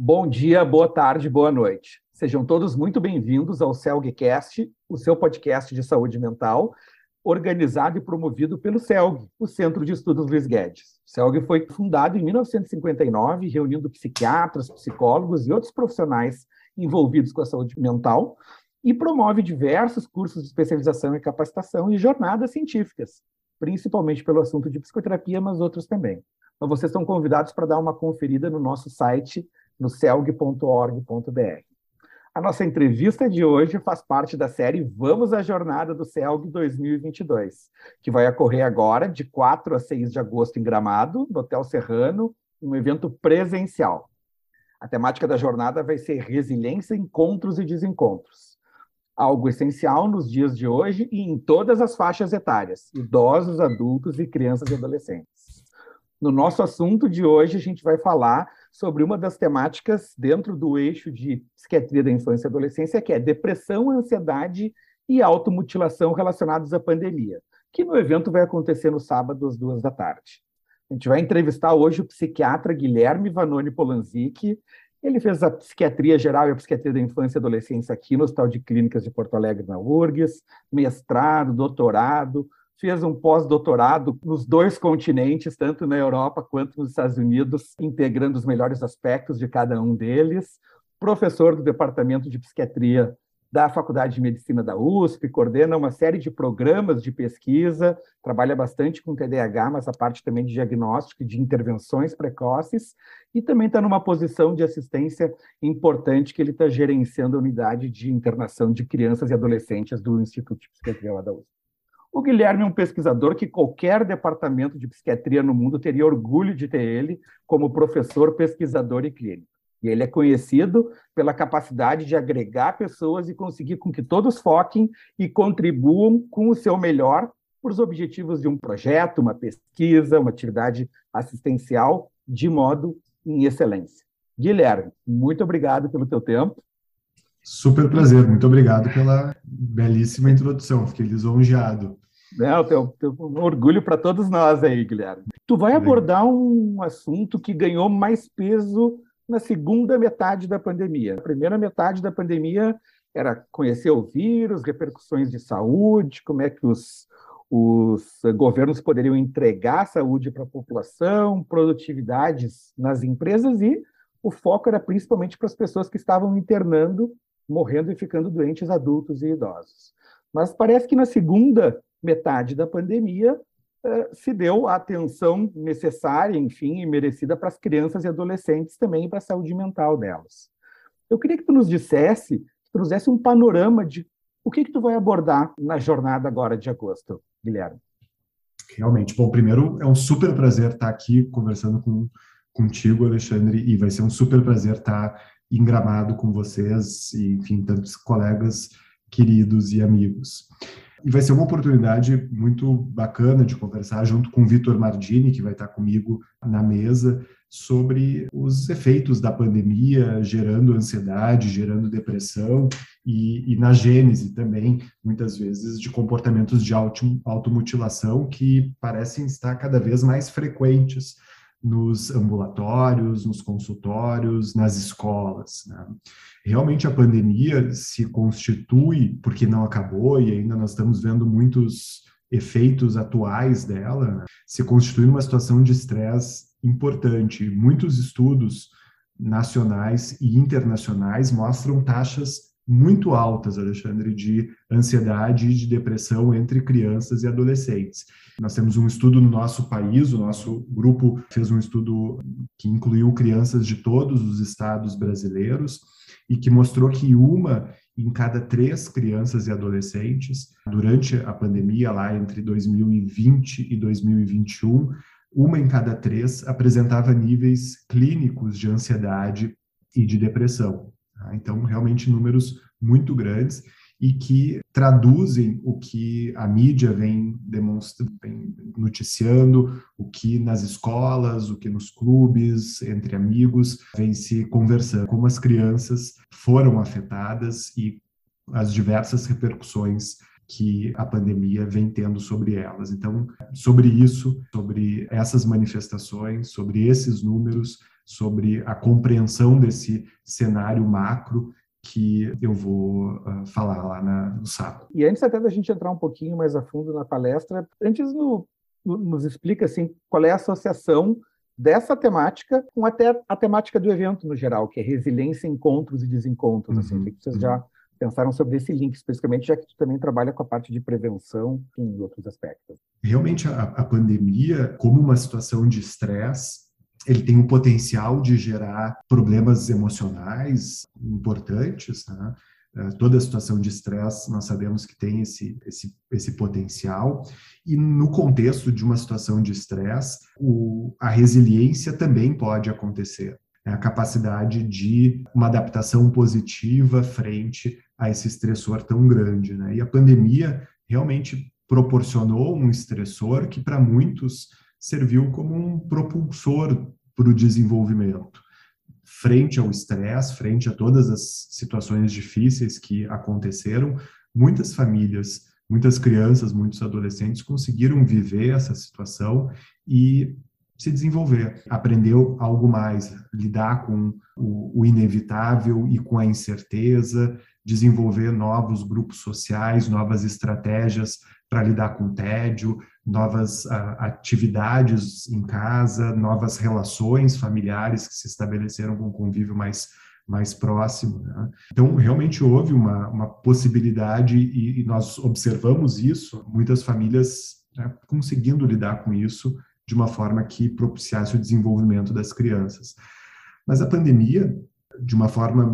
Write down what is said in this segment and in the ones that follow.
Bom dia, boa tarde, boa noite. Sejam todos muito bem-vindos ao CELGcast, o seu podcast de saúde mental, organizado e promovido pelo CELG, o Centro de Estudos Luiz Guedes. O CELG foi fundado em 1959, reunindo psiquiatras, psicólogos e outros profissionais envolvidos com a saúde mental, e promove diversos cursos de especialização e capacitação e jornadas científicas, principalmente pelo assunto de psicoterapia, mas outros também. Então, vocês estão convidados para dar uma conferida no nosso site, no celg.org.br. A nossa entrevista de hoje faz parte da série Vamos à Jornada do CELG 2022, que vai ocorrer agora, de 4 a 6 de agosto, em Gramado, no Hotel Serrano, um evento presencial. A temática da jornada vai ser resiliência, encontros e desencontros. Algo essencial nos dias de hoje e em todas as faixas etárias, idosos, adultos e crianças e adolescentes. No nosso assunto de hoje, a gente vai falar sobre uma das temáticas dentro do eixo de psiquiatria da infância e adolescência, que é depressão, ansiedade e automutilação relacionados à pandemia, que no evento vai acontecer no sábado, às 14h. A gente vai entrevistar hoje o psiquiatra Guilherme Vanoni Polanzik. Ele fez a psiquiatria geral e a psiquiatria da infância e adolescência aqui no Hospital de Clínicas de Porto Alegre, na URGS, mestrado, doutorado, fez um pós-doutorado nos 2 continentes, tanto na Europa quanto nos Estados Unidos, integrando os melhores aspectos de cada um deles, professor do Departamento de Psiquiatria da Faculdade de Medicina da USP, coordena uma série de programas de pesquisa, trabalha bastante com TDAH, mas a parte também de diagnóstico e de intervenções precoces, e também está numa posição de assistência importante que ele está gerenciando a unidade de internação de crianças e adolescentes do Instituto de Psiquiatria lá da USP. O Guilherme é um pesquisador que qualquer departamento de psiquiatria no mundo teria orgulho de ter ele como professor, pesquisador e clínico. E ele é conhecido pela capacidade de agregar pessoas e conseguir com que todos foquem e contribuam com o seu melhor para os objetivos de um projeto, uma pesquisa, uma atividade assistencial, de modo em excelência. Guilherme, muito obrigado pelo teu tempo. Super prazer, muito obrigado pela belíssima introdução, fiquei lisonjeado. Um orgulho para todos nós aí, Guilherme. Tu vai abordar um assunto que ganhou mais peso na segunda metade da pandemia. A primeira metade da pandemia era conhecer o vírus, repercussões de saúde, como é que os governos poderiam entregar saúde para a população, produtividades nas empresas, e o foco era principalmente para as pessoas que estavam internando, morrendo e ficando doentes, adultos e idosos. Mas parece que na segunda metade da pandemia se deu a atenção necessária, enfim, e merecida para as crianças e adolescentes também, e para a saúde mental delas. Eu queria que tu nos dissesse, trouxesse um panorama de o que tu vai abordar na jornada agora de agosto, Guilherme. Realmente. Bom, primeiro, é um super prazer estar aqui conversando contigo, Alexandre, e vai ser um super prazer estar em Gramado com vocês e, enfim, tantos colegas queridos e amigos. E vai ser uma oportunidade muito bacana de conversar junto com o Vitor Mardini, que vai estar comigo na mesa, sobre os efeitos da pandemia, gerando ansiedade, gerando depressão e na gênese também, muitas vezes, de comportamentos de automutilação que parecem estar cada vez mais frequentes nos ambulatórios, nos consultórios, nas escolas, né? Realmente a pandemia se constitui, porque não acabou e ainda nós estamos vendo muitos efeitos atuais dela, né? Se constitui numa situação de estresse importante. Muitos estudos nacionais e internacionais mostram taxas muito altas, Alexandre, de ansiedade e de depressão entre crianças e adolescentes. Nós temos um estudo no nosso país, o nosso grupo fez um estudo que incluiu crianças de todos os estados brasileiros e que mostrou que 1 em cada 3 crianças e adolescentes, durante a pandemia, lá entre 2020 e 2021, 1 em cada 3 apresentava níveis clínicos de ansiedade e de depressão. Então, realmente, números muito grandes e que traduzem o que a mídia vem demonstrando, vem noticiando, o que nas escolas, o que nos clubes, entre amigos, vem se conversando, como as crianças foram afetadas e as diversas repercussões que a pandemia vem tendo sobre elas. Então, sobre isso, sobre essas manifestações, sobre esses números, sobre a compreensão desse cenário macro que eu vou falar lá no sábado. E antes até da gente entrar um pouquinho mais a fundo na palestra, antes nos explica assim, qual é a associação dessa temática com até a temática do evento no geral, que é resiliência, encontros e desencontros. Assim, o que vocês já pensaram sobre esse link, especificamente, já que tu também trabalha com a parte de prevenção e outros aspectos? Realmente, a pandemia, como uma situação de estresse, ele tem o potencial de gerar problemas emocionais importantes, né? Toda situação de estresse, nós sabemos que tem esse potencial. E no contexto de uma situação de estresse, a resiliência também pode acontecer. A capacidade de uma adaptação positiva frente a esse estressor tão grande, né? E a pandemia realmente proporcionou um estressor que, para muitos, serviu como um propulsor para o desenvolvimento. Frente ao estresse, frente a todas as situações difíceis que aconteceram, muitas famílias, muitas crianças, muitos adolescentes conseguiram viver essa situação e se desenvolver, aprendeu algo mais, lidar com o inevitável e com a incerteza, desenvolver novos grupos sociais, novas estratégias para lidar com o tédio, novas atividades em casa, novas relações familiares que se estabeleceram com um convívio mais próximo, né? Então, realmente houve uma possibilidade e nós observamos isso, muitas famílias, né, conseguindo lidar com isso de uma forma que propiciasse o desenvolvimento das crianças. Mas a pandemia, de uma forma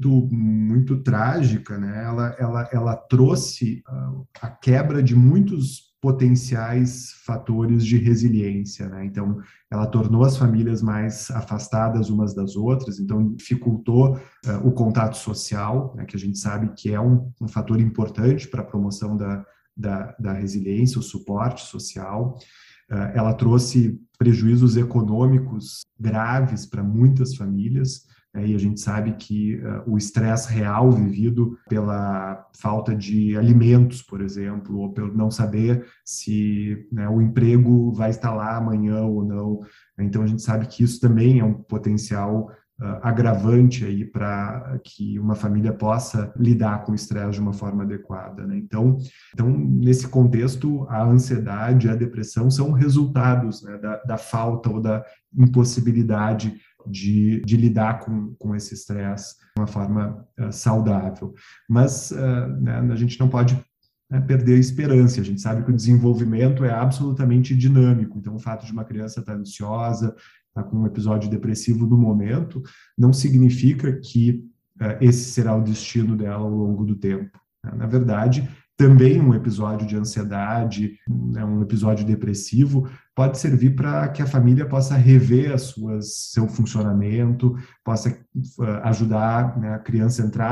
muito trágica, né, ela trouxe a quebra de muitos potenciais fatores de resiliência, né? Então, ela tornou as famílias mais afastadas umas das outras, então dificultou o contato social, né, que a gente sabe que é um fator importante para a promoção da resiliência, o suporte social. Ela trouxe prejuízos econômicos graves para muitas famílias, e a gente sabe que o estresse real vivido pela falta de alimentos, por exemplo, ou pelo não saber se, né, o emprego vai estar lá amanhã ou não. Então, a gente sabe que isso também é um potencial agravante aí para que uma família possa lidar com o estresse de uma forma adequada, né? Então, nesse contexto, a ansiedade e a depressão são resultados, né, da falta ou da impossibilidade de lidar com esse estresse de uma forma saudável. Mas né, a gente não pode perder a esperança. A gente sabe que o desenvolvimento é absolutamente dinâmico. Então, o fato de uma criança estar ansiosa, estar com um episódio depressivo no momento, não significa que esse será o destino dela ao longo do tempo. Na verdade, também um episódio de ansiedade, né, um episódio depressivo, pode servir para que a família possa rever seu funcionamento, possa ajudar, né, a criança a entrar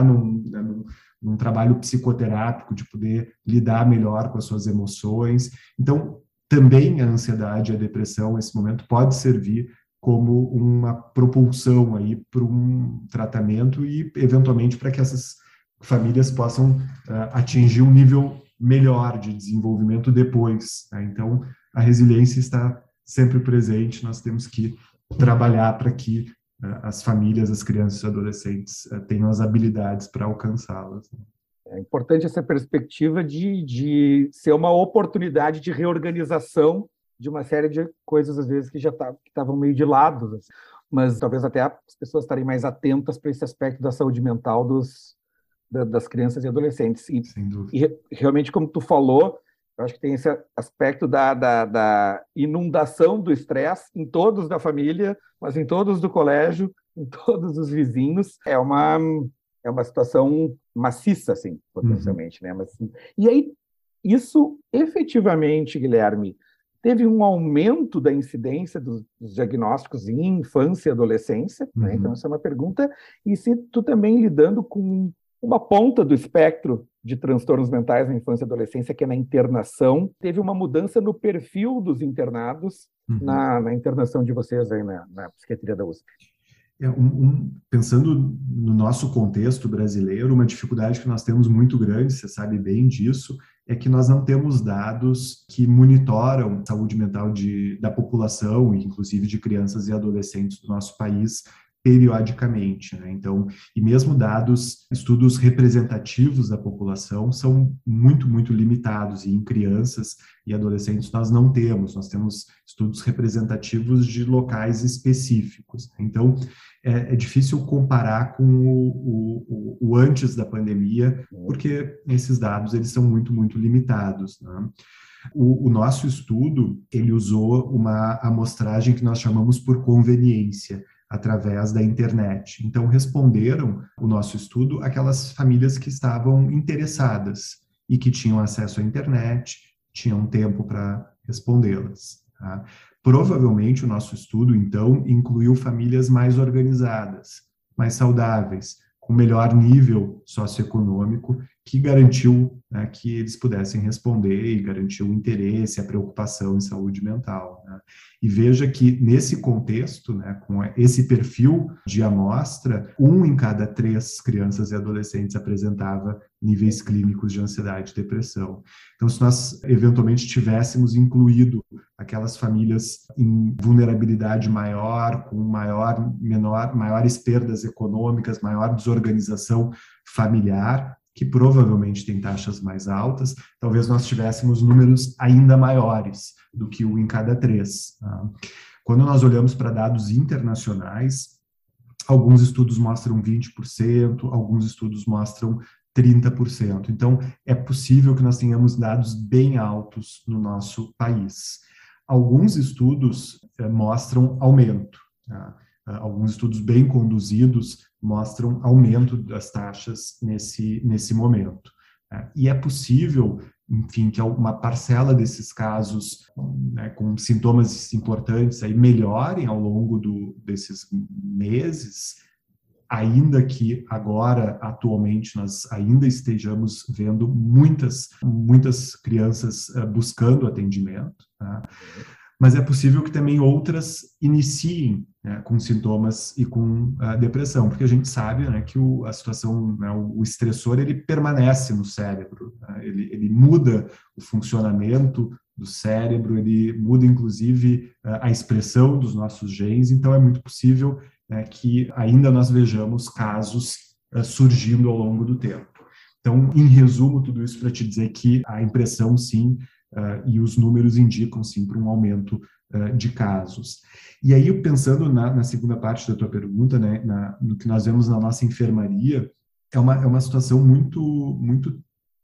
num trabalho psicoterápico de poder lidar melhor com as suas emoções. Então, também a ansiedade e a depressão, nesse momento, pode servir como uma propulsão aí para um tratamento e, eventualmente, para que essas famílias possam atingir um nível melhor de desenvolvimento depois, né? Então, a resiliência está sempre presente, nós temos que trabalhar para que as famílias, as crianças e adolescentes tenham as habilidades para alcançá-las. É importante essa perspectiva de ser uma oportunidade de reorganização de uma série de coisas, às vezes, que já estavam meio de lado, assim. Mas talvez até as pessoas estarem mais atentas para esse aspecto da saúde mental das crianças e adolescentes. E realmente, como tu falou, eu acho que tem esse aspecto da inundação do estresse em todos da família, mas em todos do colégio, em todos os vizinhos. É uma situação maciça, assim, potencialmente, né? Mas, e aí, isso efetivamente, Guilherme, teve um aumento da incidência dos diagnósticos em infância e adolescência, né? Então, essa é uma pergunta. E se tu também lidando com uma ponta do espectro de transtornos mentais na infância e adolescência, que é na internação, teve uma mudança no perfil dos internados na internação de vocês aí na psiquiatria da USP. Pensando no nosso contexto brasileiro, uma dificuldade que nós temos muito grande, você sabe bem disso, é que nós não temos dados que monitoram a saúde mental da população, inclusive de crianças e adolescentes do nosso país, periodicamente, né? Então, e mesmo estudos representativos da população são muito, muito limitados, e em crianças e adolescentes nós temos estudos representativos de locais específicos. Então, é difícil comparar com o antes da pandemia, porque esses dados eles são muito, muito limitados, né? O nosso estudo, ele usou uma amostragem que nós chamamos por conveniência, através da internet. Então, responderam o nosso estudo aquelas famílias que estavam interessadas e que tinham acesso à internet, tinham tempo para respondê-las, tá? Provavelmente, o nosso estudo, então, incluiu famílias mais organizadas, mais saudáveis, com melhor nível socioeconômico, que garantiu, né, que eles pudessem responder e garantiu o interesse, a preocupação em saúde mental, né? E veja que, nesse contexto, né, com esse perfil de amostra, 1 em cada 3 crianças e adolescentes apresentava níveis clínicos de ansiedade e depressão. Então, se nós eventualmente tivéssemos incluído aquelas famílias em vulnerabilidade maior, com maiores perdas econômicas, maior desorganização familiar, que provavelmente tem taxas mais altas, talvez nós tivéssemos números ainda maiores do que 1 em cada 3. Tá? Quando nós olhamos para dados internacionais, alguns estudos mostram 20%, alguns estudos mostram 30%. Então, é possível que nós tenhamos dados bem altos no nosso país. Alguns estudos mostram aumento, tá? Alguns estudos bem conduzidos mostram aumento das taxas nesse momento. E é possível, enfim, que uma parcela desses casos, né, com sintomas importantes aí melhorem ao longo desses meses, ainda que agora, atualmente, nós ainda estejamos vendo muitas crianças buscando atendimento, tá? Mas é possível que também outras iniciem, né, com sintomas e com depressão, porque a gente sabe, né, que a situação, né, o estressor, ele permanece no cérebro, né, ele muda o funcionamento do cérebro, ele muda, inclusive, a expressão dos nossos genes, então é muito possível, né, que ainda nós vejamos casos surgindo ao longo do tempo. Então, em resumo, tudo isso para te dizer que a impressão, sim, e os números indicam, sim, para um aumento de casos. E aí, pensando na segunda parte da tua pergunta, né, no que nós vemos na nossa enfermaria, é uma situação muito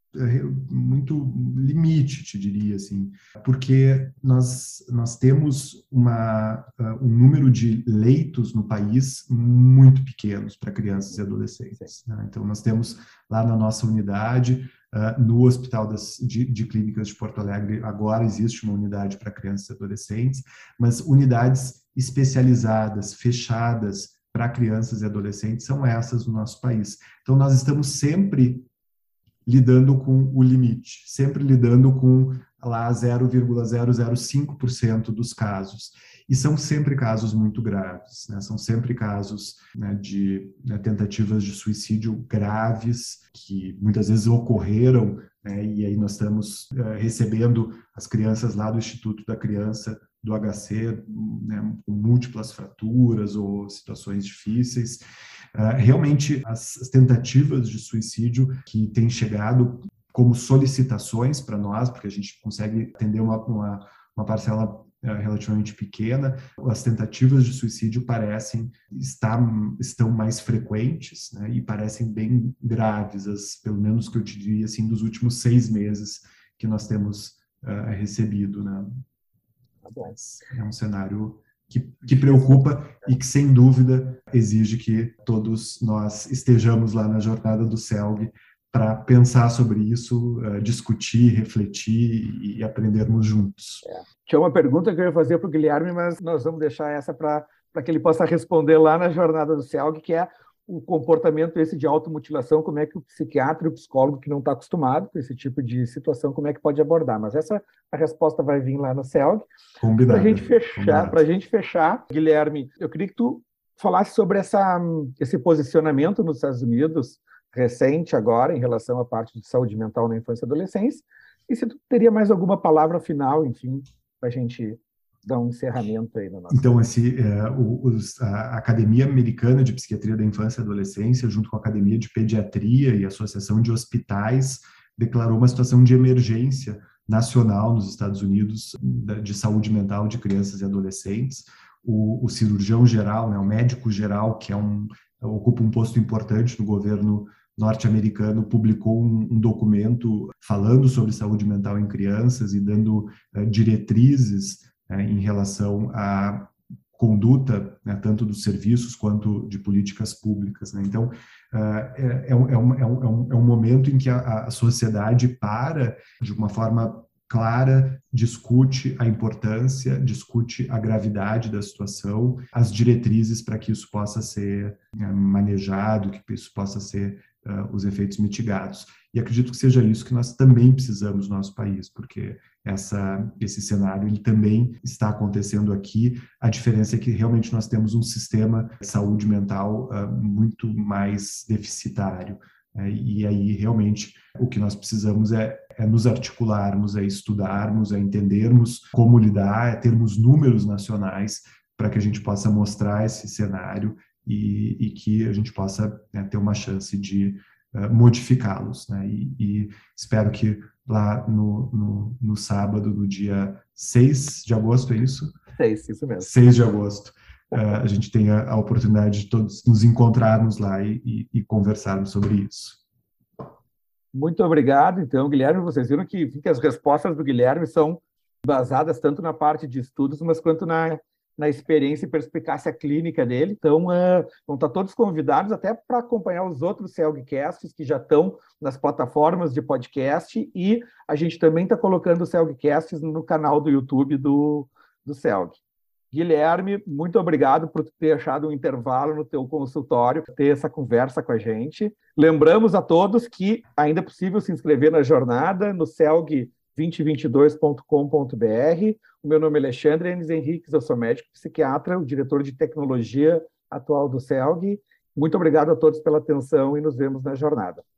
limite, te diria, assim, porque nós temos um número de leitos no país muito pequenos para crianças e adolescentes, né? Então, nós temos lá na nossa unidade, no Hospital de Clínicas de Porto Alegre, agora existe uma unidade para crianças e adolescentes, mas unidades especializadas, fechadas para crianças e adolescentes, são essas no nosso país. Então, nós estamos sempre lidando com o limite, sempre lidando com lá 0,005% dos casos. E são sempre casos muito graves, né? São sempre casos, né, de tentativas de suicídio graves, que muitas vezes ocorreram, né? E aí nós estamos recebendo as crianças lá do Instituto da Criança, do HC, né, com múltiplas fraturas ou situações difíceis. Realmente, as tentativas de suicídio que têm chegado como solicitações para nós, porque a gente consegue atender uma parcela relativamente pequena, as tentativas de suicídio estão mais frequentes, né, e parecem bem graves, pelo menos que eu te diria, assim, dos últimos 6 meses que nós temos recebido, né? É um cenário que preocupa e que, sem dúvida, exige que todos nós estejamos lá na jornada do CELG para pensar sobre isso, discutir, refletir e aprendermos juntos. Tinha uma pergunta que eu ia fazer para o Guilherme, mas nós vamos deixar essa para que ele possa responder lá na jornada do CELG, que é o comportamento esse de automutilação, como é que o psiquiatra e o psicólogo que não está acostumado com esse tipo de situação, como é que pode abordar. Mas a resposta vai vir lá no CELG. Combinado. Para a gente fechar, Guilherme, eu queria que tu falasse sobre esse posicionamento nos Estados Unidos, recente agora, em relação à parte de saúde mental na infância e adolescência, E se tu teria mais alguma palavra final, enfim, para a gente dar um encerramento aí no nosso... Então, a Academia Americana de Psiquiatria da Infância e Adolescência, junto com a Academia de Pediatria e a Associação de Hospitais, declarou uma situação de emergência nacional nos Estados Unidos de saúde mental de crianças e adolescentes. O cirurgião geral, né, o médico geral, que ocupa um posto importante no governo norte-americano, publicou um documento falando sobre saúde mental em crianças e dando diretrizes em relação à conduta, né, tanto dos serviços quanto de políticas públicas, né? Então, é um momento em que a sociedade para, de uma forma clara, discute a importância, discute a gravidade da situação, as diretrizes para que isso possa ser manejado, que isso possa ser os efeitos mitigados. E acredito que seja isso que nós também precisamos no nosso país, porque esse cenário ele também está acontecendo aqui. A diferença é que realmente nós temos um sistema de saúde mental muito mais deficitário. E aí, realmente, o que nós precisamos é nos articularmos, é estudarmos, é entendermos como lidar, é termos números nacionais para que a gente possa mostrar esse cenário e que a gente possa, né, ter uma chance de modificá-los, né? E espero que lá no sábado, no dia 6 de agosto, é isso? 6, isso mesmo. 6 de agosto, a gente tenha a oportunidade de todos nos encontrarmos lá e conversarmos sobre isso. Muito obrigado, então, Guilherme. Vocês viram que as respostas do Guilherme são basadas tanto na parte de estudos, mas quanto na experiência e perspicácia clínica dele. Então, vão estar todos convidados até para acompanhar os outros CELGcasts que já estão nas plataformas de podcast, e a gente também está colocando os CELGcasts no canal do YouTube do CELG. Guilherme, muito obrigado por ter achado um intervalo no teu consultório, ter essa conversa com a gente. Lembramos a todos que ainda é possível se inscrever na jornada no celg2022.com.br. O meu nome é Alexandre Enes Henriques, eu sou médico psiquiatra, o diretor de tecnologia atual do CELG. Muito obrigado a todos pela atenção e nos vemos na jornada.